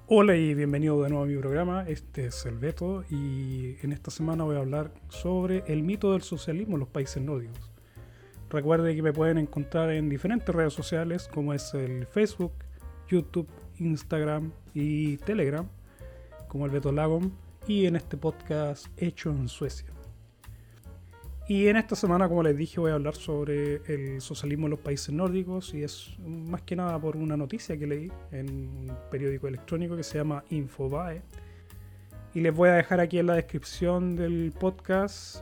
Hola y bienvenido de nuevo a mi programa. Este es el Beto y en esta semana voy a hablar sobre el mito del socialismo en los países nórdicos. Recuerde que me pueden encontrar en diferentes redes sociales como es el Facebook, YouTube, Instagram y Telegram, como el Beto Lagom, y en este podcast hecho en Suecia. Y en esta semana, como les dije, voy a hablar sobre el socialismo en los países nórdicos y es más que nada por una noticia que leí en un periódico electrónico que se llama Infobae. Y les voy a dejar aquí en la descripción del podcast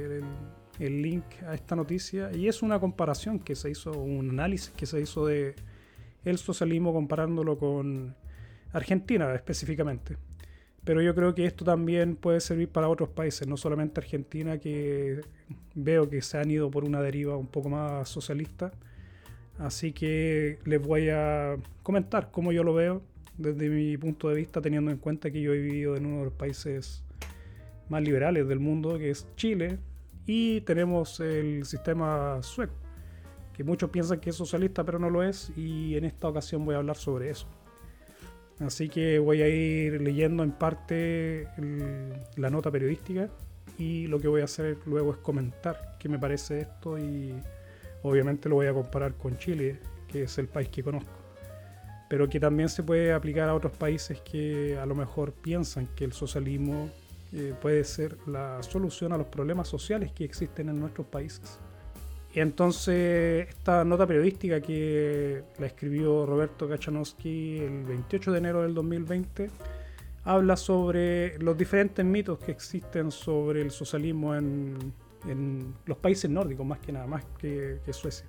el link a esta noticia. Y es una comparación que se hizo, un análisis que se hizo de el socialismo comparándolo con Argentina específicamente. Pero yo creo que esto también puede servir para otros países, no solamente Argentina, que veo que se han ido por una deriva un poco más socialista. Así que les voy a comentar cómo yo lo veo desde mi punto de vista, teniendo en cuenta que yo he vivido en uno de los países más liberales del mundo, que es Chile, y tenemos el sistema sueco, que muchos piensan que es socialista, pero no lo es, y en esta ocasión voy a hablar sobre eso. Así que voy a ir leyendo en parte la nota periodística y lo que voy a hacer luego es comentar qué me parece esto y obviamente lo voy a comparar con Chile, que es el país que conozco, pero que también se puede aplicar a otros países que a lo mejor piensan que el socialismo puede ser la solución a los problemas sociales que existen en nuestros países. Y entonces esta nota periodística que la escribió Roberto Kachanowski el 28 de enero del 2020 habla sobre los diferentes mitos que existen sobre el socialismo en los países nórdicos, más que nada, más que Suecia.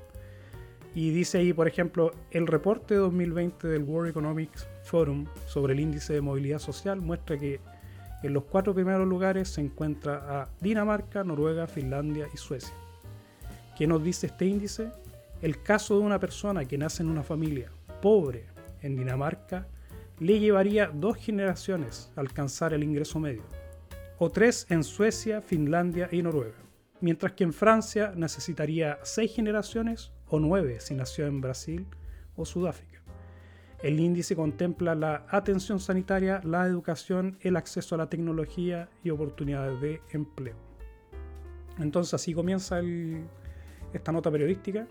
Y dice ahí, por ejemplo, el reporte 2020 del World Economic Forum sobre el índice de movilidad social muestra que en los 4 primeros lugares se encuentra a Dinamarca, Noruega, Finlandia y Suecia. ¿Qué nos dice este índice? El caso de una persona que nace en una familia pobre en Dinamarca le llevaría 2 generaciones a alcanzar el ingreso medio, o 3 en Suecia, Finlandia y Noruega, mientras que en Francia necesitaría 6 generaciones o 9 si nació en Brasil o Sudáfrica. El índice contempla la atención sanitaria, la educación, el acceso a la tecnología y oportunidades de empleo. Entonces así comienza esta nota periodística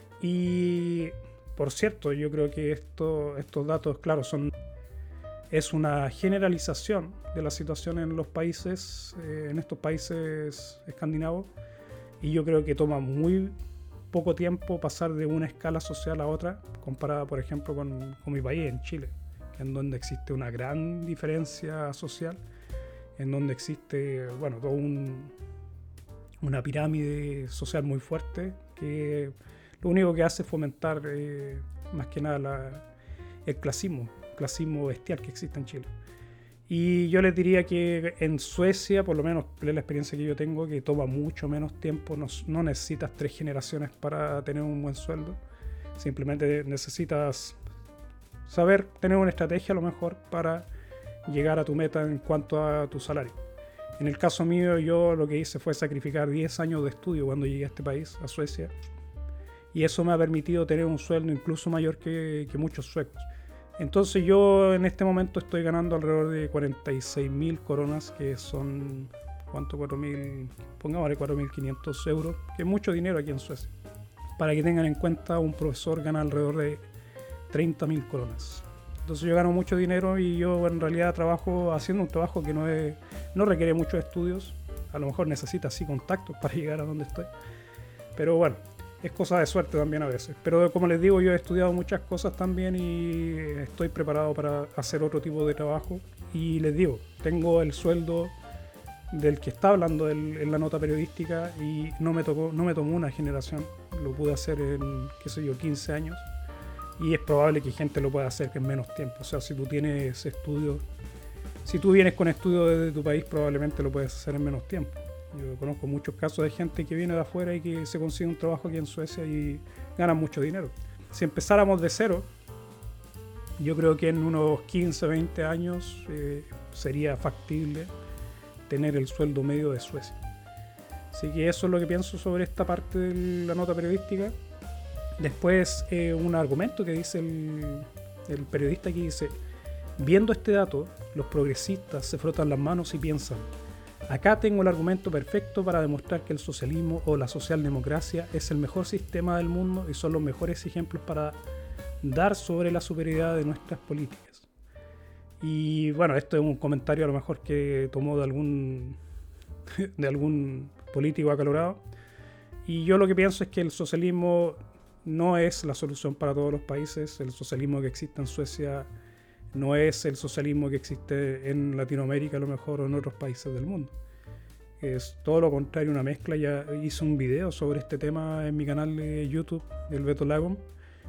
y por cierto yo creo que estos datos claro es una generalización de la situación en los países en estos países escandinavos y yo creo que toma muy poco tiempo pasar de una escala social a otra comparada por ejemplo con mi país, en Chile, en donde existe una gran diferencia social, en donde existe todo una pirámide social muy fuerte que lo único que hace es fomentar más que nada el clasismo bestial que existe en Chile. Y yo les diría que en Suecia, por lo menos la experiencia que yo tengo, que toma mucho menos tiempo, no necesitas 3 generaciones para tener un buen sueldo, simplemente necesitas saber tener una estrategia a lo mejor para llegar a tu meta en cuanto a tu salario. En el caso mío, yo lo que hice fue sacrificar 10 años de estudio cuando llegué a este país, a Suecia. Y eso me ha permitido tener un sueldo incluso mayor que muchos suecos. Entonces yo en este momento estoy ganando alrededor de 46.000 coronas, que son, ¿cuánto? 4.500 euros, que es mucho dinero aquí en Suecia. Para que tengan en cuenta, un profesor gana alrededor de 30.000 coronas. Entonces yo gano mucho dinero y yo en realidad trabajo haciendo un trabajo que no requiere muchos estudios. A lo mejor necesita sí contactos para llegar a donde estoy. Pero bueno, es cosa de suerte también a veces. Pero como les digo, yo he estudiado muchas cosas también y estoy preparado para hacer otro tipo de trabajo. Y les digo, tengo el sueldo del que está hablando en la nota periodística y no me tomó una generación. Lo pude hacer en, 15 años. Y es probable que gente lo pueda hacer en menos tiempo. O sea, si tú tienes estudios, si tú vienes con estudios desde tu país, probablemente lo puedes hacer en menos tiempo. Yo conozco muchos casos de gente que viene de afuera y que se consigue un trabajo aquí en Suecia y gana mucho dinero. Si empezáramos de cero, yo creo que en unos 15, 20 años sería factible tener el sueldo medio de Suecia. Así que eso es lo que pienso sobre esta parte de la nota periodística. Después un argumento que dice el periodista que dice: Viendo este dato, los progresistas se frotan las manos y piensan: acá tengo el argumento perfecto para demostrar que el socialismo o la socialdemocracia es el mejor sistema del mundo y son los mejores ejemplos para dar sobre la superioridad de nuestras políticas. Y bueno, esto es un comentario a lo mejor que tomó de algún político acalorado. Y yo lo que pienso es que el socialismo no es la solución para todos los países. El socialismo que existe en Suecia no es el socialismo que existe en Latinoamérica a lo mejor o en otros países del mundo. Es todo lo contrario, una mezcla. Ya hice un video sobre este tema en mi canal de YouTube, el Beto Lagom,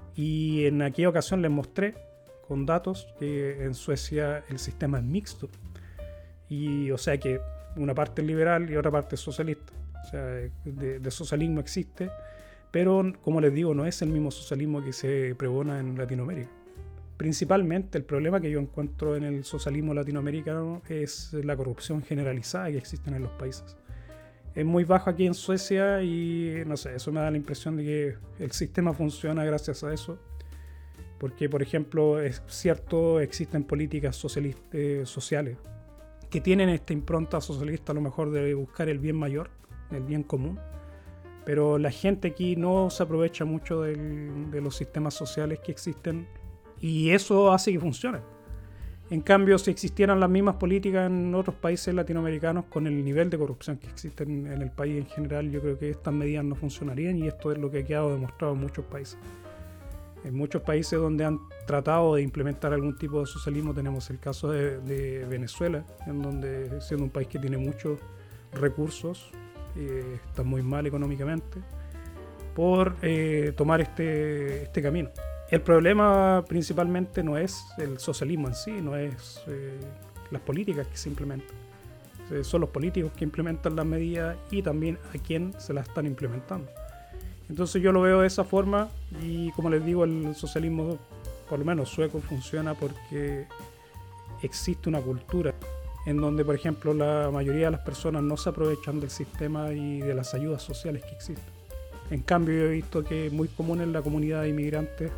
y en aquella ocasión les mostré con datos que en Suecia el sistema es mixto, y o sea que una parte es liberal y otra parte es socialista. O sea, de socialismo existe, pero como les digo, no es el mismo socialismo que se pregona en Latinoamérica. Principalmente el problema que yo encuentro en el socialismo latinoamericano es la corrupción generalizada que existe en los países. Es muy bajo aquí en Suecia y no sé, eso me da la impresión de que el sistema funciona gracias a eso. Porque, por ejemplo, es cierto, existen políticas sociales que tienen esta impronta socialista a lo mejor de buscar el bien mayor, el bien común. Pero la gente aquí no se aprovecha mucho de los sistemas sociales que existen y eso hace que funcione. En cambio, si existieran las mismas políticas en otros países latinoamericanos con el nivel de corrupción que existe en el país en general, yo creo que estas medidas no funcionarían y esto es lo que ha quedado demostrado en muchos países. En muchos países donde han tratado de implementar algún tipo de socialismo, tenemos el caso de Venezuela, en donde, siendo un país que tiene muchos recursos, está muy mal económicamente, por tomar este camino. El problema principalmente no es el socialismo en sí, no es las políticas que se implementan. Son los políticos que implementan las medidas y también a quién se las están implementando. Entonces yo lo veo de esa forma y, como les digo, el socialismo, por lo menos sueco, funciona porque existe una cultura en donde, por ejemplo, la mayoría de las personas no se aprovechan del sistema y de las ayudas sociales que existen. En cambio, yo he visto que es muy común en la comunidad de inmigrantes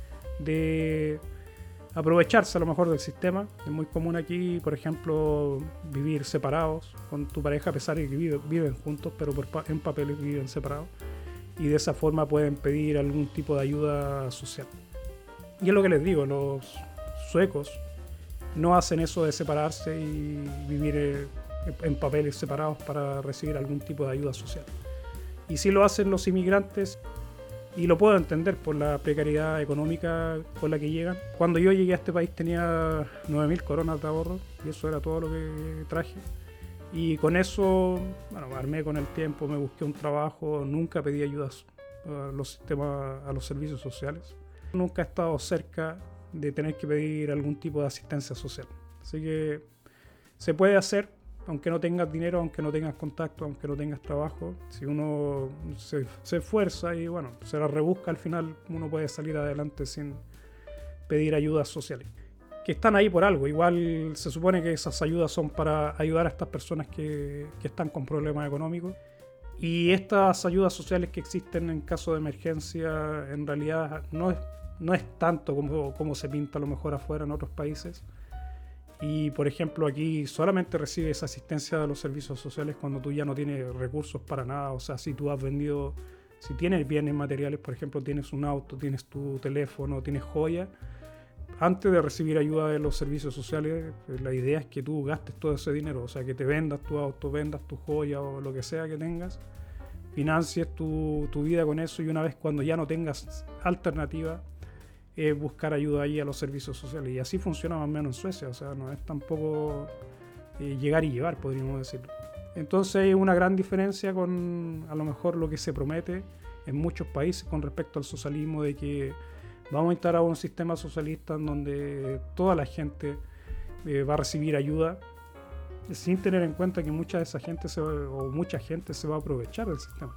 de aprovecharse a lo mejor del sistema. Es muy común aquí, por ejemplo, vivir separados con tu pareja, a pesar de que viven juntos, pero en papeles viven separados. Y de esa forma pueden pedir algún tipo de ayuda social. Y es lo que les digo, los suecos no hacen eso de separarse y vivir en papeles separados para recibir algún tipo de ayuda social. Y sí lo hacen los inmigrantes, y lo puedo entender por la precariedad económica con la que llegan. Cuando yo llegué a este país tenía 9.000 coronas de ahorro y eso era todo lo que traje. Y con eso, bueno, me armé con el tiempo, me busqué un trabajo, nunca pedí ayudas a los servicios sociales. Nunca he estado cerca de tener que pedir algún tipo de asistencia social. Así que se puede hacer, aunque no tengas dinero, aunque no tengas contacto, aunque no tengas trabajo. Si uno se esfuerza y bueno, se la rebusca, al final uno puede salir adelante sin pedir ayudas sociales. Que están ahí por algo. Igual se supone que esas ayudas son para ayudar a estas personas que están con problemas económicos. Y estas ayudas sociales que existen en caso de emergencia, en realidad no es tanto como se pinta a lo mejor afuera en otros países. Y por ejemplo aquí solamente recibes asistencia de los servicios sociales cuando tú ya no tienes recursos para nada. O sea, si tú has vendido, si tienes bienes materiales, por ejemplo, tienes un auto, tienes tu teléfono, tienes joya, antes de recibir ayuda de los servicios sociales, la idea es que tú gastes todo ese dinero, o sea, que te vendas tu auto, vendas tu joya o lo que sea que tengas, financies tu vida con eso, y una vez cuando ya no tengas alternativa, buscar ayuda ahí a los servicios sociales. Y así funciona más o menos en Suecia, o sea, no es tampoco llegar y llevar, podríamos decirlo. Entonces hay una gran diferencia con a lo mejor lo que se promete en muchos países con respecto al socialismo, de que vamos a instalar un sistema socialista en donde toda la gente va a recibir ayuda, sin tener en cuenta que mucha gente se va a aprovechar del sistema.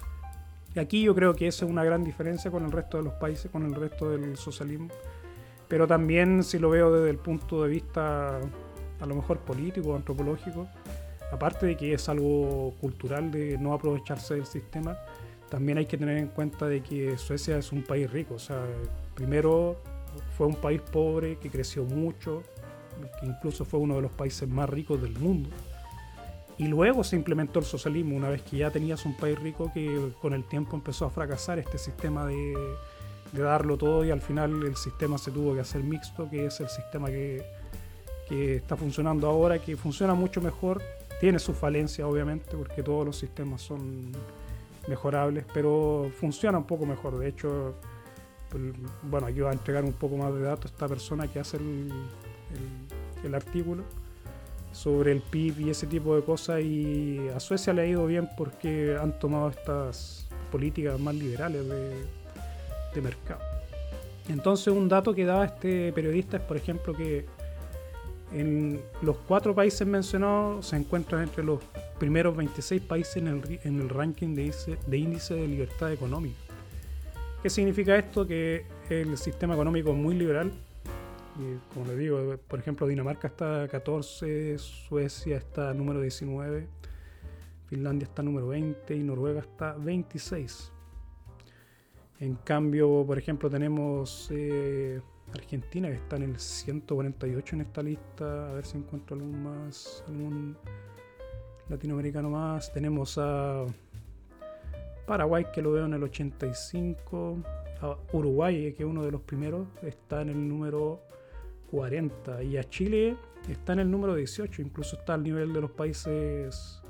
Y aquí yo creo que esa es una gran diferencia con el resto de los países, con el resto del socialismo. Pero también, si lo veo desde el punto de vista a lo mejor político o antropológico, aparte de que es algo cultural de no aprovecharse del sistema, también hay que tener en cuenta de que Suecia es un país rico. O sea, primero fue un país pobre que creció mucho que incluso fue uno de los países más ricos del mundo. Y luego se implementó el socialismo, una vez que ya tenías un país rico, que con el tiempo empezó a fracasar este sistema de darlo todo, y al final el sistema se tuvo que hacer mixto, que es el sistema que está funcionando ahora, que funciona mucho mejor. Tiene sus falencias, obviamente, porque todos los sistemas son mejorables, pero funciona un poco mejor. De hecho, bueno, aquí va a entregar un poco más de datos esta persona que hace el artículo sobre el PIB y ese tipo de cosas, y a Suecia le ha ido bien porque han tomado estas políticas más liberales de mercado. Entonces, un dato que da este periodista es, por ejemplo, que en los 4 países mencionados se encuentran entre los primeros 26 países en el ranking de índice de libertad económica. ¿Qué significa esto? Que el sistema económico es muy liberal. Y como les digo, por ejemplo, Dinamarca está 14, Suecia está número 19, Finlandia está número 20 y Noruega está 26. En cambio, por ejemplo, tenemos Argentina, que está en el 148 en esta lista. A ver si encuentro algún latinoamericano más. Tenemos a Paraguay, que lo veo en el 85. A Uruguay, que es uno de los primeros, está en el número 40. Y a Chile está en el número 18. Incluso está al nivel de los países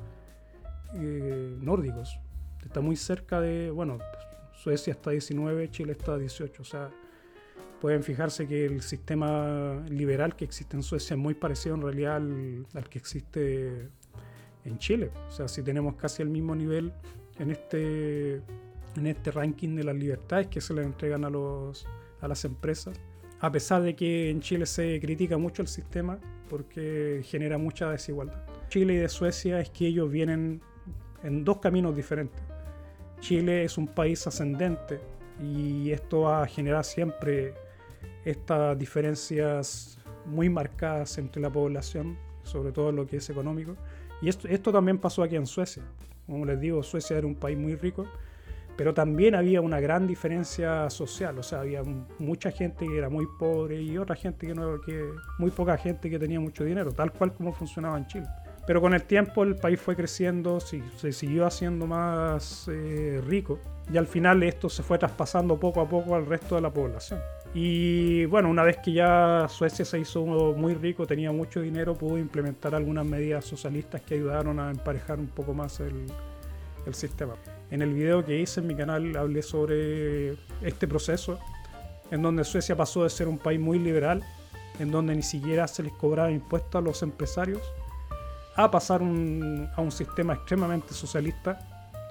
nórdicos. Está muy cerca de... Bueno, Suecia está 19, Chile está 18. O sea, pueden fijarse que el sistema liberal que existe en Suecia es muy parecido en realidad al que existe en Chile. O sea, si tenemos casi el mismo nivel en este ranking de las libertades que se le entregan a las empresas, a pesar de que en Chile se critica mucho el sistema porque genera mucha desigualdad. Chile y de Suecia es que ellos vienen en 2 caminos diferentes. Chile es un país ascendente y esto va a generar siempre estas diferencias muy marcadas entre la población, sobre todo en lo que es económico. Y esto también pasó aquí en Suecia. Como les digo, Suecia era un país muy rico, pero también había una gran diferencia social. O sea, había mucha gente que era muy pobre y otra gente muy poca gente que tenía mucho dinero, tal cual como funcionaba en Chile. Pero con el tiempo el país fue creciendo, se siguió haciendo más rico, y al final esto se fue traspasando poco a poco al resto de la población. Y bueno, una vez que ya Suecia se hizo muy rico, tenía mucho dinero, pudo implementar algunas medidas socialistas que ayudaron a emparejar un poco más el sistema. En el video que hice en mi canal hablé sobre este proceso, en donde Suecia pasó de ser un país muy liberal, en donde ni siquiera se les cobraba impuestos a los empresarios, a pasar a un sistema extremadamente socialista,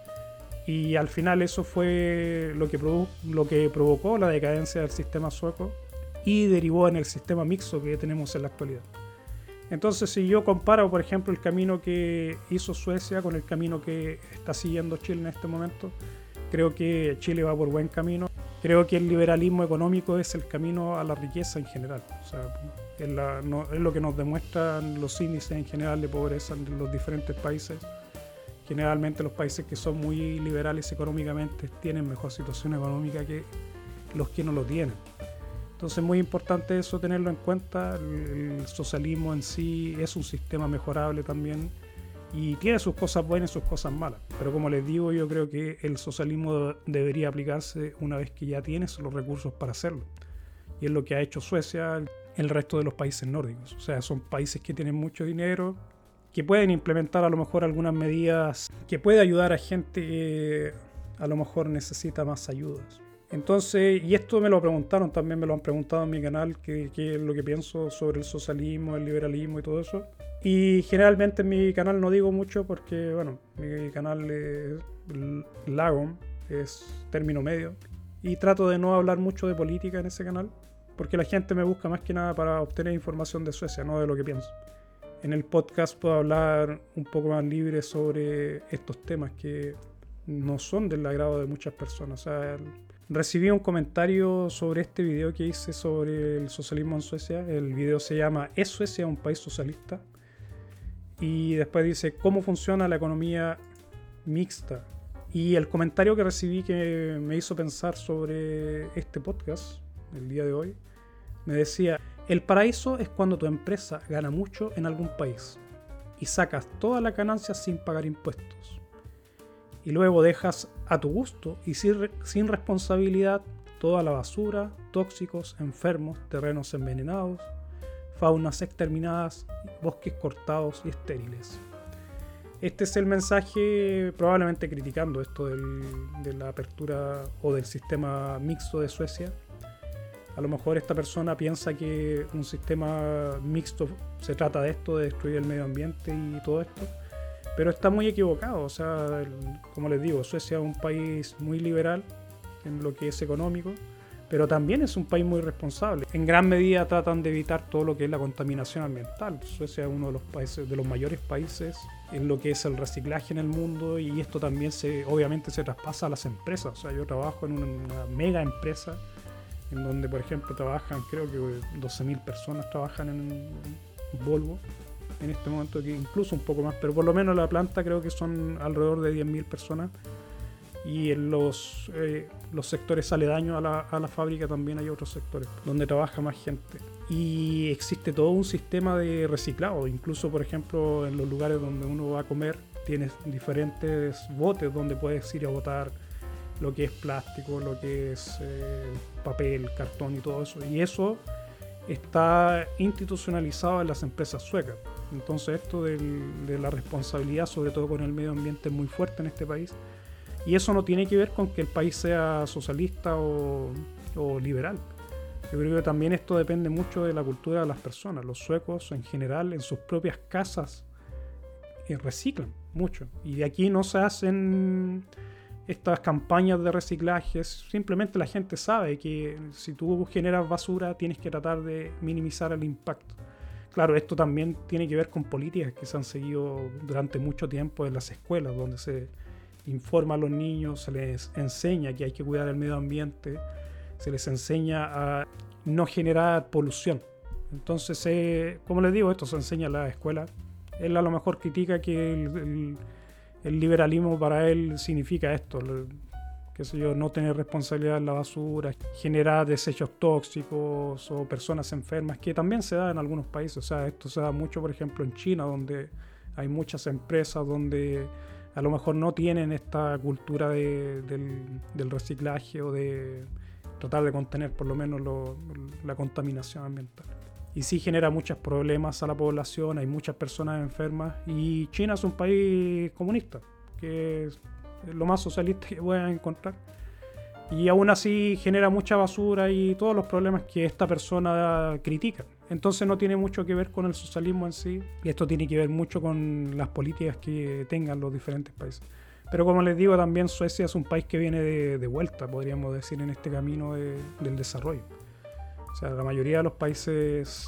y al final eso fue lo que provocó la decadencia del sistema sueco y derivó en el sistema mixto que tenemos en la actualidad. Entonces, si yo comparo, por ejemplo, el camino que hizo Suecia con el camino que está siguiendo Chile en este momento, creo que Chile va por buen camino. Creo que el liberalismo económico es el camino a la riqueza en general. O sea, es lo que nos demuestran los índices en general de pobreza en los diferentes países. Generalmente los países que son muy liberales económicamente tienen mejor situación económica que los que no lo tienen. Entonces es muy importante eso, tenerlo en cuenta. El socialismo en sí es un sistema mejorable también y tiene sus cosas buenas y sus cosas malas. Pero como les digo, yo creo que el socialismo debería aplicarse una vez que ya tienes los recursos para hacerlo. Y es lo que ha hecho Suecia, el resto de los países nórdicos. O sea, son países que tienen mucho dinero, que pueden implementar a lo mejor algunas medidas que puede ayudar a gente que a lo mejor necesita más ayudas. Entonces, y esto me lo preguntaron, también me lo han preguntado en mi canal, qué es lo que pienso sobre el socialismo, el liberalismo y todo eso. Y generalmente en mi canal no digo mucho porque, bueno, mi canal es Lagom, es término medio. Y trato de no hablar mucho de política en ese canal, porque la gente me busca más que nada para obtener información de Suecia, no de lo que pienso. En el podcast puedo hablar un poco más libre sobre estos temas que no son del agrado de muchas personas. O sea, recibí un comentario sobre este video que hice sobre el socialismo en Suecia. El video se llama ¿Es Suecia un país socialista? Y después dice ¿Cómo funciona la economía mixta? Y el comentario que recibí que me hizo pensar sobre este podcast el día de hoy me decía: El paraíso es cuando tu empresa gana mucho en algún país y sacas todas las ganancias sin pagar impuestos. Y luego dejas a tu gusto y sin responsabilidad toda la basura, tóxicos, enfermos, terrenos envenenados, faunas exterminadas, bosques cortados y estériles. Este es el mensaje, probablemente criticando esto de la apertura o del sistema mixto de Suecia. A lo mejor esta persona piensa que un sistema mixto se trata de esto, de destruir el medio ambiente y todo esto, pero está muy equivocado. O sea, como les digo, Suecia es un país muy liberal en lo que es económico, pero también es un país muy responsable. En gran medida tratan de evitar todo lo que es la contaminación ambiental. Suecia es uno de los países, de los mayores países en lo que es el reciclaje en el mundo, y esto también obviamente se traspasa a las empresas. O sea, yo trabajo en una mega empresa en donde, por ejemplo, trabajan, creo que 12.000 personas trabajan en Volvo en este momento, que incluso un poco más, pero por lo menos la planta creo que son alrededor de 10.000 personas. Y en los sectores aledaños a la fábrica también hay otros sectores donde trabaja más gente. Y existe todo un sistema de reciclado. Incluso, por ejemplo, en los lugares donde uno va a comer, tienes diferentes botes donde puedes ir a botar lo que es plástico, lo que es papel, cartón y todo eso. Y eso está institucionalizado en las empresas suecas. Entonces esto de la responsabilidad, sobre todo con el medio ambiente, es muy fuerte en este país. Y eso no tiene que ver con que el país sea socialista o liberal. Yo creo que también esto depende mucho de la cultura de las personas. Los suecos en general en sus propias casas reciclan mucho. Y de aquí no se hacen estas campañas de reciclaje. Simplemente la gente sabe que si tú generas basura tienes que tratar de minimizar el impacto. Claro, esto también tiene que ver con políticas que se han seguido durante mucho tiempo en las escuelas, donde se informa a los niños, se les enseña que hay que cuidar el medio ambiente, se les enseña a no generar polución. Entonces, como les digo, esto se enseña en la escuela. Él a lo mejor critica que el liberalismo para él significa esto, qué sé yo, no tener responsabilidad en la basura, generar desechos tóxicos o personas enfermas, que también se da en algunos países. O sea, esto se da mucho, por ejemplo, en China, donde hay muchas empresas donde a lo mejor no tienen esta cultura del reciclaje o de tratar de contener por lo menos la contaminación ambiental. Y sí genera muchos problemas a la población, hay muchas personas enfermas, y China es un país comunista, que es lo más socialista que puedan encontrar. Y aún así genera mucha basura y todos los problemas que esta persona critica. Entonces no tiene mucho que ver con el socialismo en sí, y esto tiene que ver mucho con las políticas que tengan los diferentes países. Pero como les digo, también Suecia es un país que viene de vuelta, podríamos decir, en este camino del desarrollo. O sea, la mayoría de los países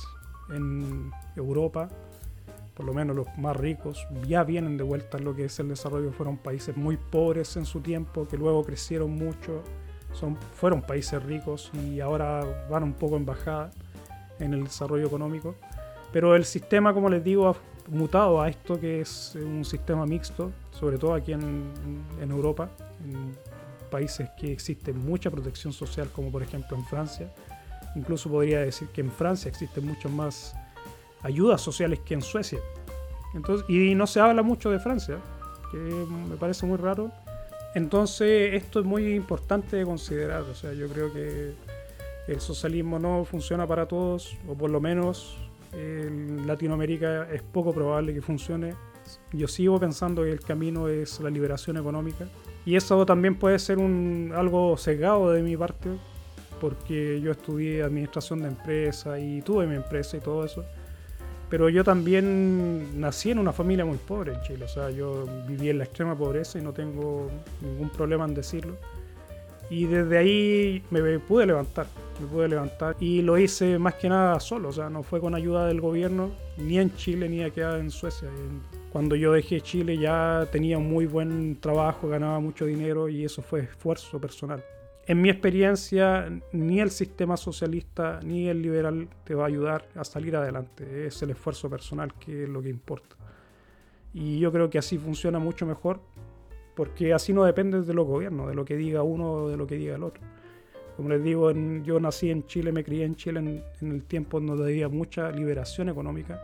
en Europa, por lo menos los más ricos, ya vienen de vuelta en lo que es el desarrollo. Fueron países muy pobres en su tiempo, que luego crecieron mucho, fueron países ricos y ahora van un poco en bajada en el desarrollo económico. Pero el sistema, como les digo, ha mutado a esto que es un sistema mixto, sobre todo aquí en Europa, en países que existe mucha protección social, como por ejemplo en Francia. Incluso podría decir que en Francia existen muchas más ayudas sociales que en Suecia. Entonces, y no se habla mucho de Francia, que me parece muy raro. Entonces esto es muy importante de considerar. O sea, yo creo que el socialismo no funciona para todos, o por lo menos en Latinoamérica es poco probable que funcione. Yo sigo pensando que el camino es la liberación económica, y eso también puede ser algo sesgado de mi parte, porque yo estudié administración de empresas y tuve mi empresa y todo eso. Pero yo también nací en una familia muy pobre en Chile. O sea, yo viví en la extrema pobreza y no tengo ningún problema en decirlo. Y desde ahí me pude levantar. Y lo hice más que nada solo. O sea, no fue con ayuda del gobierno, ni en Chile ni acá en Suecia. Cuando yo dejé Chile ya tenía un muy buen trabajo, ganaba mucho dinero, y eso fue esfuerzo personal. En mi experiencia, ni el sistema socialista ni el liberal te va a ayudar a salir adelante. Es el esfuerzo personal que es lo que importa. Y yo creo que así funciona mucho mejor, porque así no dependes de los gobiernos, de lo que diga uno o de lo que diga el otro. Como les digo, yo nací en Chile, me crié en Chile en el tiempo donde había mucha liberación económica.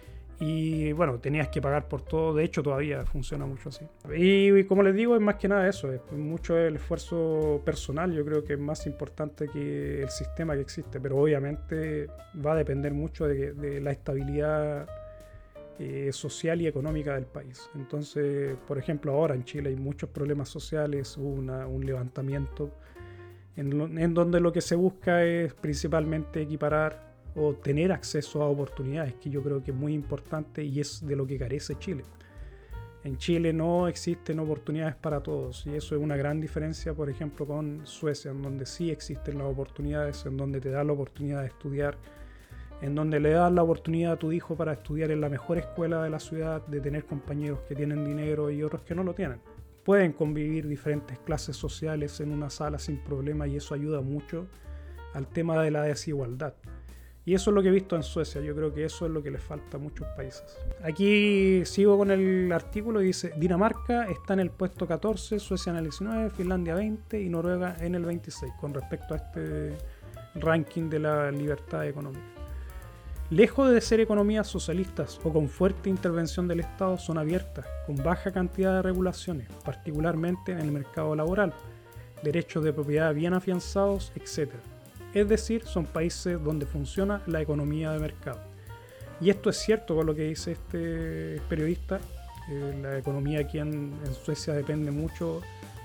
Y bueno, tenías que pagar por todo, de hecho todavía funciona mucho así. Y como les digo, es más que nada eso, es mucho el esfuerzo personal, yo creo que es más importante que el sistema que existe, pero obviamente va a depender mucho de la estabilidad social y económica del país. Entonces, por ejemplo, ahora en Chile hay muchos problemas sociales, hubo un levantamiento en donde lo que se busca es principalmente equiparar o tener acceso a oportunidades, que yo creo que es muy importante y es de lo que carece Chile. En Chile no existen oportunidades para todos y eso es una gran diferencia, por ejemplo, con Suecia, en donde sí existen las oportunidades, en donde te da la oportunidad de estudiar, en donde le das la oportunidad a tu hijo para estudiar en la mejor escuela de la ciudad, de tener compañeros que tienen dinero y otros que no lo tienen. Pueden convivir diferentes clases sociales en una sala sin problema y eso ayuda mucho al tema de la desigualdad. Y eso es lo que he visto en Suecia, yo creo que eso es lo que les falta a muchos países. Aquí sigo con el artículo y dice: Dinamarca está en el puesto 14, Suecia en el 19, Finlandia 20 y Noruega en el 26, con respecto a este ranking de la libertad económica. Lejos de ser economías socialistas o con fuerte intervención del Estado, son abiertas, con baja cantidad de regulaciones, particularmente en el mercado laboral, derechos de propiedad bien afianzados, etc. Es decir, son países donde funciona la economía de mercado. Y esto es cierto con lo que dice este periodista. La economía aquí en Suecia depende mucho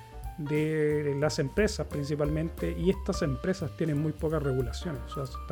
de las empresas principalmente, y estas empresas tienen muy pocas regulaciones. O sea,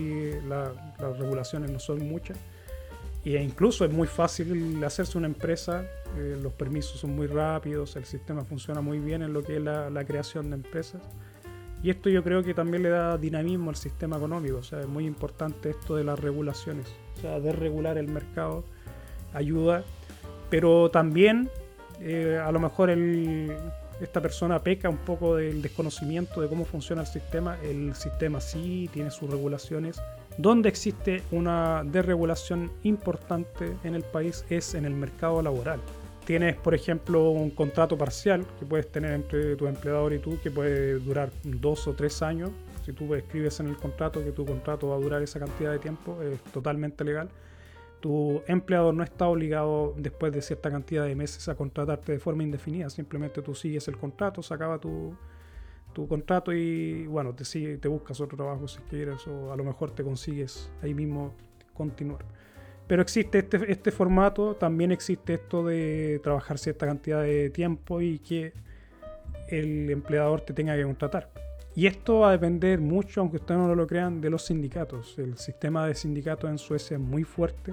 las regulaciones no son muchas. E incluso es muy fácil hacerse una empresa, los permisos son muy rápidos, el sistema funciona muy bien en lo que es la creación de empresas. Y esto yo creo que también le da dinamismo al sistema económico, o sea, es muy importante esto de las regulaciones. O sea, desregular el mercado ayuda, pero también a lo mejor esta persona peca un poco del desconocimiento de cómo funciona el sistema. El sistema sí tiene sus regulaciones. Donde existe una desregulación importante en el país es en el mercado laboral. Tienes, por ejemplo, un contrato parcial que puedes tener entre tu empleador y tú, que puede durar 2 o 3 años. Si tú escribes en el contrato que tu contrato va a durar esa cantidad de tiempo, es totalmente legal. Tu empleador no está obligado después de cierta cantidad de meses a contratarte de forma indefinida. Simplemente tú sigues el contrato, se acaba tu contrato y bueno, te buscas otro trabajo si quieres, o a lo mejor te consigues ahí mismo continuar. Pero existe este formato, también existe esto de trabajar cierta cantidad de tiempo y que el empleador te tenga que contratar. Y esto va a depender mucho, aunque ustedes no lo crean, de los sindicatos. El sistema de sindicatos en Suecia es muy fuerte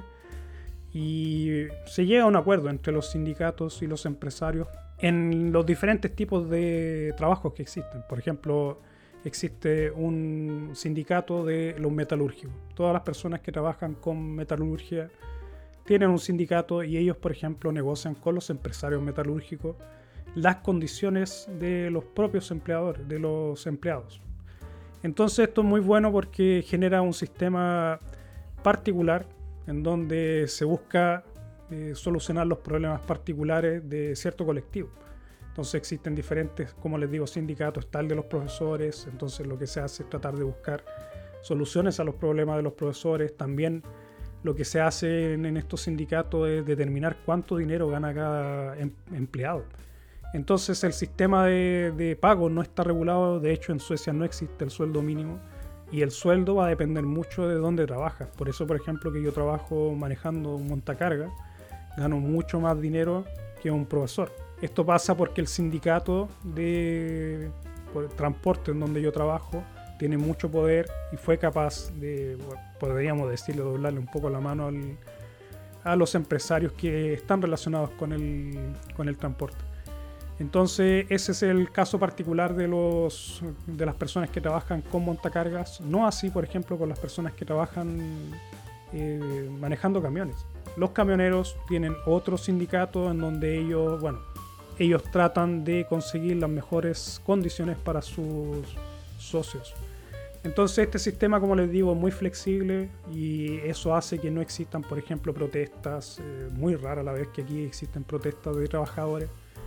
y se llega a un acuerdo entre los sindicatos y los empresarios en los diferentes tipos de trabajos que existen. Por ejemplo, existe un sindicato de los metalúrgicos. Todas las personas que trabajan con metalurgia tienen un sindicato y ellos, por ejemplo, negocian con los empresarios metalúrgicos las condiciones de los propios empleadores, de los empleados. Entonces esto es muy bueno porque genera un sistema particular en donde se busca solucionar los problemas particulares de cierto colectivo. Entonces existen diferentes, como les digo, sindicatos, está el de los profesores. Entonces lo que se hace es tratar de buscar soluciones a los problemas de los profesores. También lo que se hace en estos sindicatos es determinar cuánto dinero gana cada empleado. Entonces el sistema de pago no está regulado. De hecho, en Suecia no existe el sueldo mínimo y el sueldo va a depender mucho de dónde trabajas. Por eso, por ejemplo, que yo trabajo manejando un montacarga, gano mucho más dinero que un profesor. Esto pasa porque el sindicato de transporte en donde yo trabajo tiene mucho poder y fue capaz de, podríamos decirle, doblarle un poco la mano a los empresarios que están relacionados con el transporte. Entonces ese es el caso particular de las personas que trabajan con montacargas, no así por ejemplo con las personas que trabajan manejando camiones. Los camioneros tienen otro sindicato en donde ellos tratan de conseguir las mejores condiciones para sus socios. Entonces este sistema, como les digo, es muy flexible y eso hace que no existan, por ejemplo, protestas. Muy rara la vez que aquí existen protestas de trabajadores.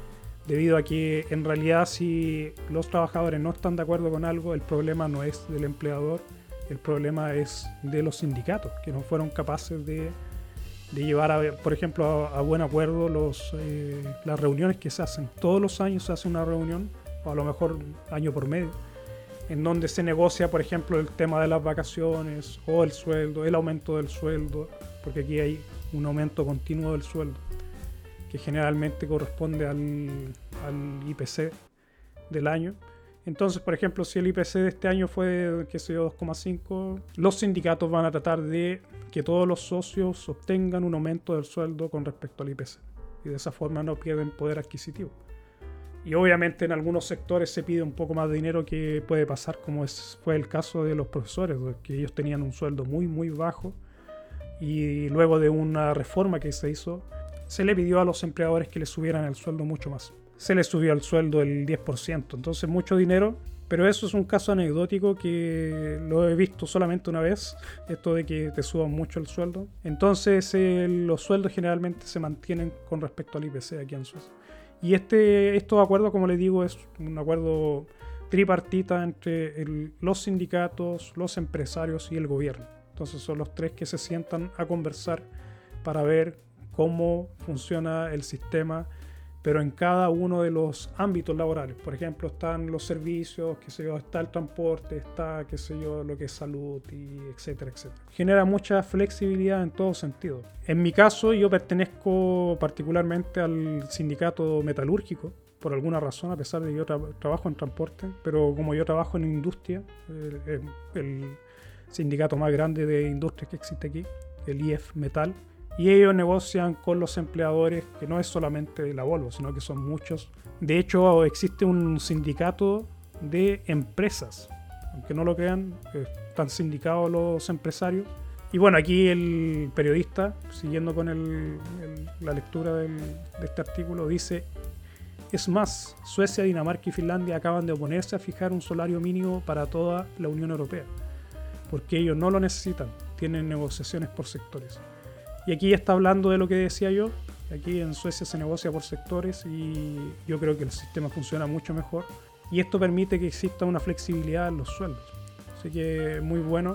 debido a que en realidad si los trabajadores no están de acuerdo con algo, el problema no es del empleador, el problema es de los sindicatos, que no fueron capaces de llevar, por ejemplo, a buen acuerdo las reuniones que se hacen. Todos los años se hace una reunión, o a lo mejor año por medio, en donde se negocia, por ejemplo, el tema de las vacaciones o el sueldo, el aumento del sueldo, porque aquí hay un aumento continuo del sueldo, que generalmente corresponde al IPC del año. Entonces, por ejemplo, si el IPC de este año fue, qué sé yo, 2,5, los sindicatos van a tratar de que todos los socios obtengan un aumento del sueldo con respecto al IPC. Y de esa forma no pierden poder adquisitivo. Y obviamente en algunos sectores se pide un poco más de dinero, que puede pasar, como fue el caso de los profesores, que ellos tenían un sueldo muy, muy bajo. Y luego de una reforma que se hizo, se le pidió a los empleadores que les subieran el sueldo mucho más. Se les subió el sueldo el 10%, entonces mucho dinero, pero eso es un caso anecdótico que lo he visto solamente una vez, esto de que te suban mucho el sueldo. Entonces los sueldos generalmente se mantienen con respecto al IPC aquí en Suecia. Y estos acuerdos, como les digo, es un acuerdo tripartita entre los sindicatos, los empresarios y el gobierno. Entonces son los tres que se sientan a conversar para ver cómo funciona el sistema, pero en cada uno de los ámbitos laborales. Por ejemplo, están los servicios, qué sé yo, está el transporte, está, qué sé yo, lo que es salud, y etcétera, etcétera. Genera mucha flexibilidad en todo sentido. En mi caso, yo pertenezco particularmente al sindicato metalúrgico, por alguna razón, a pesar de que yo trabajo en transporte, pero como yo trabajo en industria, el sindicato más grande de industria que existe aquí, el IF Metal, y ellos negocian con los empleadores, que no es solamente la Volvo, sino que son muchos. De hecho, existe un sindicato de empresas, aunque no lo crean, están sindicados los empresarios. Y bueno, aquí el periodista, siguiendo con la lectura de este artículo, dice: es más, Suecia, Dinamarca y Finlandia acaban de oponerse a fijar un salario mínimo para toda la Unión Europea, porque ellos no lo necesitan, tienen negociaciones por sectores. Y aquí está hablando de lo que decía yo. Aquí en Suecia se negocia por sectores y yo creo que el sistema funciona mucho mejor. Y esto permite que exista una flexibilidad en los sueldos. Así que muy bueno.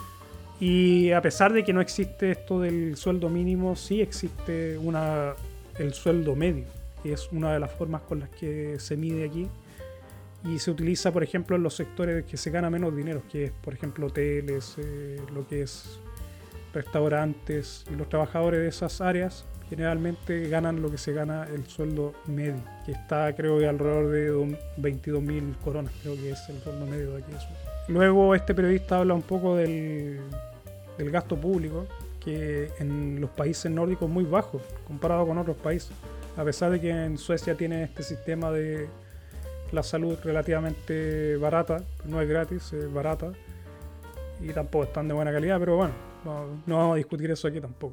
Y a pesar de que no existe esto del sueldo mínimo, sí existe el sueldo medio, que es una de las formas con las que se mide aquí. Y se utiliza, por ejemplo, en los sectores que se gana menos dinero, que es, por ejemplo, hoteles, lo que es restaurantes, y los trabajadores de esas áreas generalmente ganan lo que se gana el sueldo medio, que está, creo que alrededor de 22.000 coronas, creo que es el sueldo medio de aquí. Luego este periodista habla un poco del gasto público, que en los países nórdicos es muy bajo comparado con otros países, a pesar de que en Suecia tiene este sistema de la salud relativamente barata, no es gratis, es barata, y tampoco es tan de buena calidad, pero bueno, no vamos a discutir eso aquí tampoco.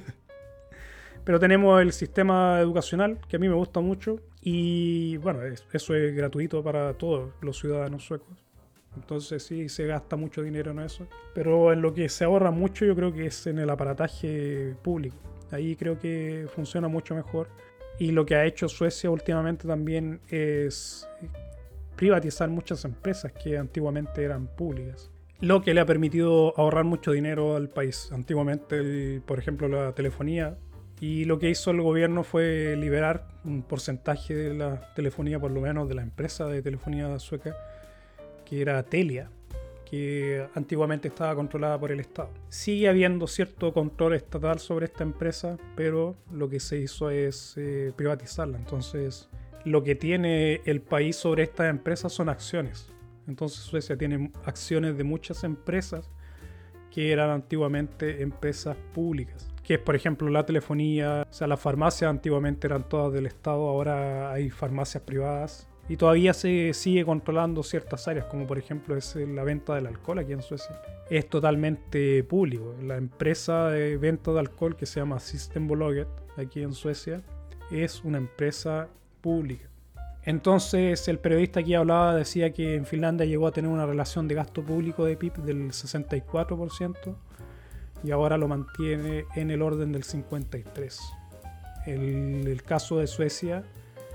Pero tenemos el sistema educacional, que a mí me gusta mucho, y bueno, eso es gratuito para todos los ciudadanos suecos. Entonces sí, se gasta mucho dinero en eso. Pero en lo que se ahorra mucho, yo creo que es en el aparataje público. Ahí creo que funciona mucho mejor. Y lo que ha hecho Suecia últimamente también es privatizar muchas empresas que antiguamente eran públicas, lo que le ha permitido ahorrar mucho dinero al país. Antiguamente, por ejemplo, la telefonía, y lo que hizo el gobierno fue liberar un porcentaje de la telefonía, por lo menos de la empresa de telefonía sueca, que era Telia, que antiguamente estaba controlada por el Estado. Sigue habiendo cierto control estatal sobre esta empresa, pero lo que se hizo es privatizarla. Entonces, lo que tiene el país sobre estas empresas son acciones. Entonces Suecia tiene acciones de muchas empresas que eran antiguamente empresas públicas, que es, por ejemplo, la telefonía. O sea, las farmacias antiguamente eran todas del Estado, ahora hay farmacias privadas, y todavía se sigue controlando ciertas áreas, como por ejemplo es la venta del alcohol aquí en Suecia. Es totalmente público. La empresa de venta de alcohol, que se llama Systembolaget aquí en Suecia, es una empresa pública. Entonces el periodista aquí decía que en Finlandia llegó a tener una relación de gasto público de PIB del 64% y ahora lo mantiene en el orden del 53%. El caso de Suecia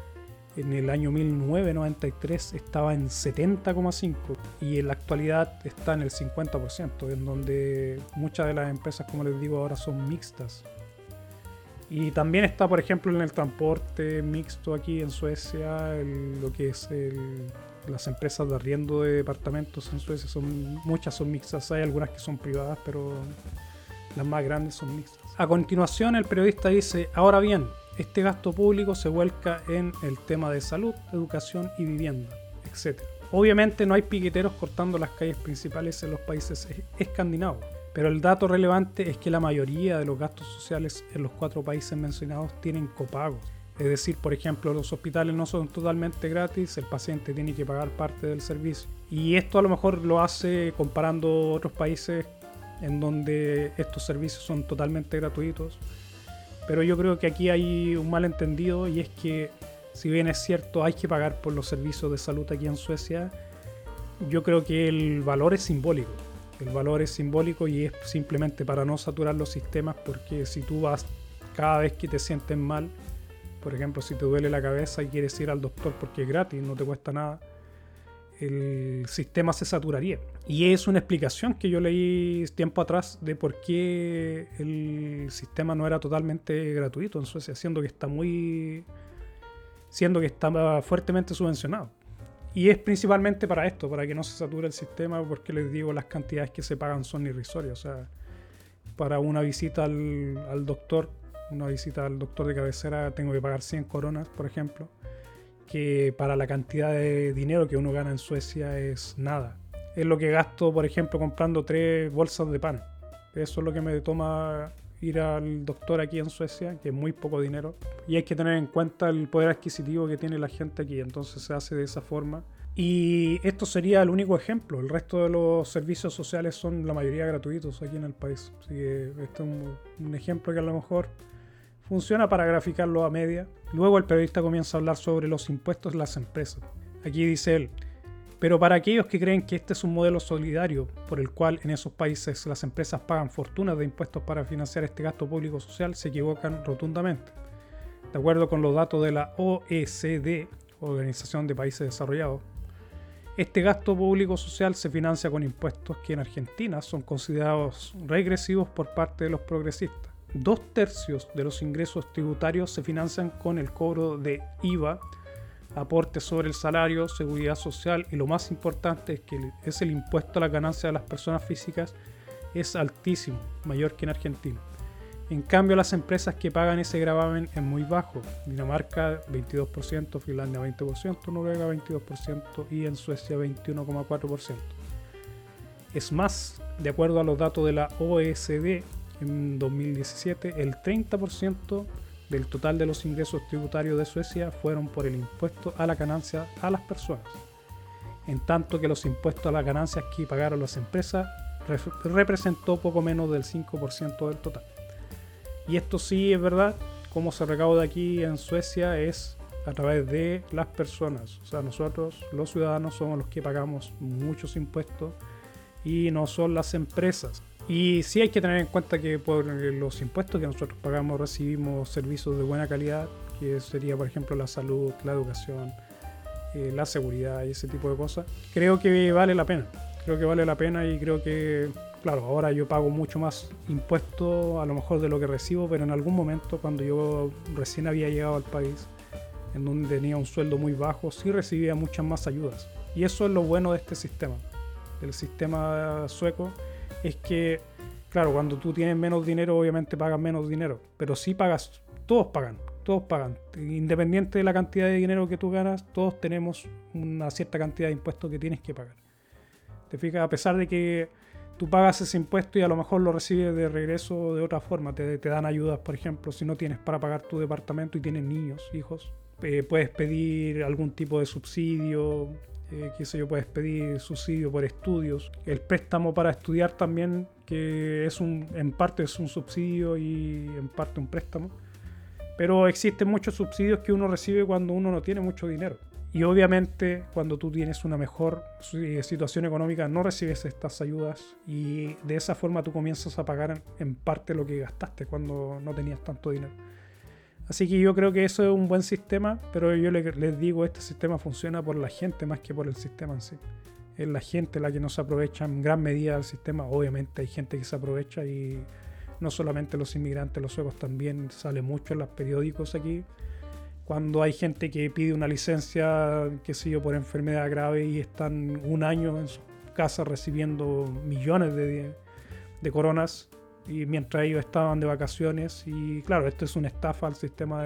En el año 1993 estaba en 70,5% y en la actualidad está en el 50%, en donde muchas de las empresas, como les digo, ahora son mixtas. Y también está, por ejemplo, en el transporte mixto aquí en Suecia, lo que es las empresas de arriendo de departamentos en Suecia, muchas son mixtas, hay algunas que son privadas, pero las más grandes son mixtas. A continuación, el periodista dice: ahora bien, este gasto público se vuelca en el tema de salud, educación y vivienda, etc. Obviamente no hay piqueteros cortando las calles principales en los países escandinavos, pero el dato relevante es que la mayoría de los gastos sociales en los 4 países mencionados tienen copagos. Es decir, por ejemplo, los hospitales no son totalmente gratis, el paciente tiene que pagar parte del servicio. Y esto a lo mejor lo hace comparando otros países en donde estos servicios son totalmente gratuitos. Pero yo creo que aquí hay un malentendido, y es que, si bien es cierto, hay que pagar por los servicios de salud aquí en Suecia, yo creo que el valor es simbólico. El valor es simbólico y es simplemente para no saturar los sistemas, porque si tú vas cada vez que te sientes mal, por ejemplo, si te duele la cabeza y quieres ir al doctor porque es gratis, no te cuesta nada, el sistema se saturaría. Y es una explicación que yo leí tiempo atrás de por qué el sistema no era totalmente gratuito en Suecia, siendo que está fuertemente subvencionado. Y es principalmente para esto, para que no se sature el sistema, porque les digo, las cantidades que se pagan son irrisorias. O sea, para una visita al doctor, de cabecera, tengo que pagar 100 coronas, por ejemplo, que para la cantidad de dinero que uno gana en Suecia es nada. Es lo que gasto, por ejemplo, comprando 3 bolsas de pan. Eso es lo que me toma ir al doctor aquí en Suecia, que es muy poco dinero. Y hay que tener en cuenta el poder adquisitivo que tiene la gente aquí, entonces se hace de esa forma. Y esto sería el único ejemplo. El resto de los servicios sociales son la mayoría gratuitos aquí en el país. Así que este es un ejemplo que a lo mejor funciona para graficarlo a media. Luego el periodista comienza a hablar sobre los impuestos de las empresas. Aquí dice él: pero para aquellos que creen que este es un modelo solidario, por el cual en esos países las empresas pagan fortunas de impuestos para financiar este gasto público social, se equivocan rotundamente. De acuerdo con los datos de la OECD, Organización de Países Desarrollados, este gasto público social se financia con impuestos que en Argentina son considerados regresivos por parte de los progresistas. 2/3 de los ingresos tributarios se financian con el cobro de IVA, aportes sobre el salario, seguridad social, y lo más importante es que es el impuesto a la ganancia de las personas físicas, es altísimo, mayor que en Argentina. En cambio, las empresas que pagan ese gravamen es muy bajo: Dinamarca 22%, Finlandia 20%, Noruega 22% y en Suecia 21,4%. Es más, de acuerdo a los datos de la OECD, en 2017 el 30% del total de los ingresos tributarios de Suecia fueron por el impuesto a la ganancia a las personas, en tanto que los impuestos a las ganancias que pagaron las empresas representó poco menos del 5% del total. Y esto sí es verdad, como se recauda aquí en Suecia es a través de las personas. O sea, nosotros, los ciudadanos, somos los que pagamos muchos impuestos y no son las empresas. Y sí hay que tener en cuenta que por los impuestos que nosotros pagamos recibimos servicios de buena calidad, que sería, por ejemplo, la salud, la educación, la seguridad y ese tipo de cosas. Creo que vale la pena. Y creo que, claro, ahora yo pago mucho más impuestos a lo mejor de lo que recibo, pero en algún momento, cuando yo recién había llegado al país, en donde tenía un sueldo muy bajo, sí recibía muchas más ayudas. Y eso es lo bueno de este sistema, del sistema sueco. Es que, claro, cuando tú tienes menos dinero, obviamente pagas menos dinero, pero sí pagas, todos pagan. Independiente de la cantidad de dinero que tú ganas, todos tenemos una cierta cantidad de impuestos que tienes que pagar. ¿Te fijas? A pesar de que tú pagas ese impuesto y a lo mejor lo recibes de regreso de otra forma, te dan ayudas, por ejemplo, si no tienes para pagar tu departamento y tienes niños, hijos, puedes pedir algún tipo de subsidio. Puedes pedir subsidio por estudios. El préstamo para estudiar también, que en parte es un subsidio y en parte un préstamo. Pero existen muchos subsidios que uno recibe cuando uno no tiene mucho dinero. Y obviamente cuando tú tienes una mejor situación económica no recibes estas ayudas, y de esa forma tú comienzas a pagar en parte lo que gastaste cuando no tenías tanto dinero. Así que yo creo que eso es un buen sistema, pero yo les digo, este sistema funciona por la gente más que por el sistema en sí. Es la gente la que no se aprovecha en gran medida del sistema. Obviamente hay gente que se aprovecha y no solamente los inmigrantes, los suecos también, sale mucho en los periódicos aquí. Cuando hay gente que pide una licencia, qué sé yo, por enfermedad grave y están un año en su casa recibiendo millones de coronas, y mientras ellos estaban de vacaciones, y claro, esto es una estafa al sistema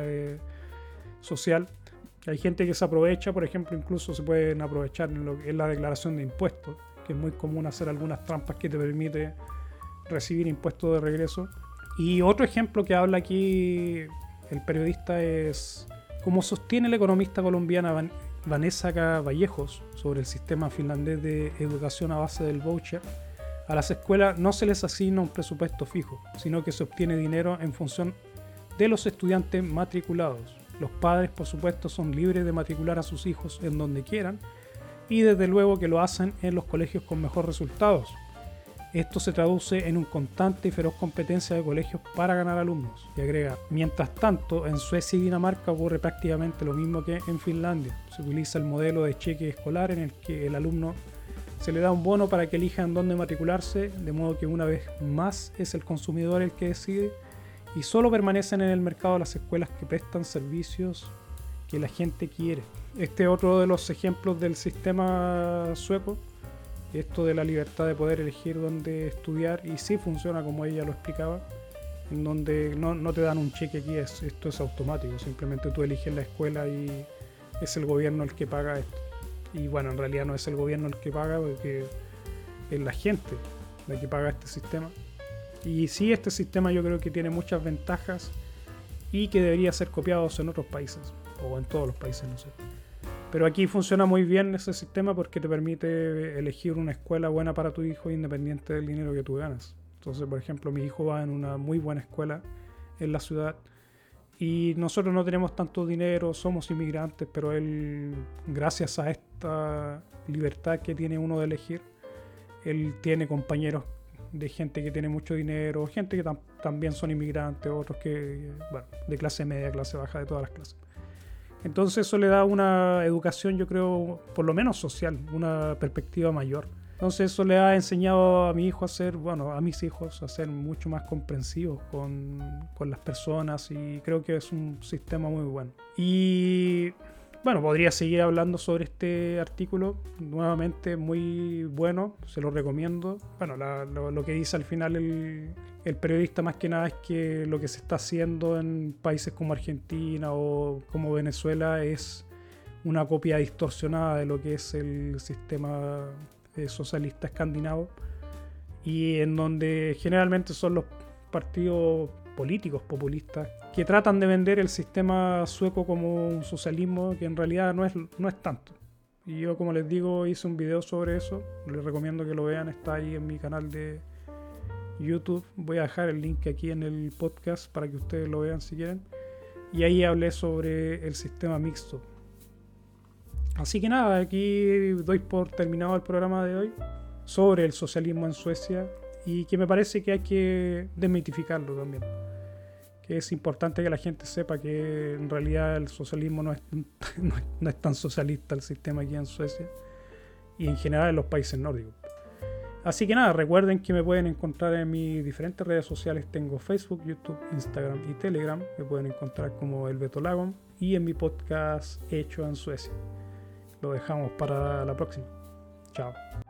social. Hay gente que se aprovecha, por ejemplo, incluso se pueden aprovechar en la declaración de impuestos, que es muy común hacer algunas trampas que te permite recibir impuestos de regreso. Y otro ejemplo que habla aquí el periodista es como sostiene la economista colombiana Vanessa Vallejos sobre el sistema finlandés de educación a base del voucher. A las escuelas no se les asigna un presupuesto fijo, sino que se obtiene dinero en función de los estudiantes matriculados. Los padres, por supuesto, son libres de matricular a sus hijos en donde quieran y desde luego que lo hacen en los colegios con mejores resultados. Esto se traduce en una constante y feroz competencia de colegios para ganar alumnos. Y agrega, mientras tanto, en Suecia y Dinamarca ocurre prácticamente lo mismo que en Finlandia. Se utiliza el modelo de cheque escolar en el que el alumno se le da un bono para que elijan dónde matricularse, de modo que una vez más es el consumidor el que decide y solo permanecen en el mercado las escuelas que prestan servicios que la gente quiere. Este es otro de los ejemplos del sistema sueco, esto de la libertad de poder elegir dónde estudiar, y sí funciona como ella lo explicaba, en donde no te dan un cheque aquí, esto es automático, simplemente tú eliges la escuela y es el gobierno el que paga esto. Y bueno, en realidad no es el gobierno el que paga, porque es la gente la que paga este sistema. Y sí, este sistema yo creo que tiene muchas ventajas y que debería ser copiado en otros países, o en todos los países, no sé. Pero aquí funciona muy bien ese sistema porque te permite elegir una escuela buena para tu hijo independiente del dinero que tú ganas. Entonces, por ejemplo, mi hijo va en una muy buena escuela en la ciudad y nosotros no tenemos tanto dinero, somos inmigrantes, pero él, gracias a esta libertad que tiene uno de elegir, él tiene compañeros de gente que tiene mucho dinero, gente que también son inmigrantes, otros que, bueno, de clase media, clase baja, de todas las clases. Entonces eso le da una educación, yo creo, por lo menos social, una perspectiva mayor. Entonces eso le ha enseñado a mi hijo a mis hijos a ser mucho más comprensivos con las personas, y creo que es un sistema muy bueno. Y bueno, podría seguir hablando sobre este artículo, nuevamente muy bueno, se lo recomiendo. Bueno, lo que dice al final el periodista más que nada es que lo que se está haciendo en países como Argentina o como Venezuela es una copia distorsionada de lo que es el sistema socialista escandinavo, y en donde generalmente son los partidos políticos populistas que tratan de vender el sistema sueco como un socialismo que en realidad no es tanto. Y yo, como les digo, hice un video sobre eso, les recomiendo que lo vean, está ahí en mi canal de YouTube, voy a dejar el link aquí en el podcast para que ustedes lo vean si quieren, y ahí hablé sobre el sistema mixto. Así que nada, aquí doy por terminado el programa de hoy sobre el socialismo en Suecia, y que me parece que hay que desmitificarlo también, que es importante que la gente sepa que en realidad el socialismo no es tan socialista el sistema aquí en Suecia y en general en los países nórdicos. Así que nada, recuerden que me pueden encontrar en mis diferentes redes sociales. Tengo Facebook, YouTube, Instagram y Telegram. Me pueden encontrar como El Beto Lagom, y en mi podcast Hecho en Suecia. Lo dejamos para la próxima. Chao.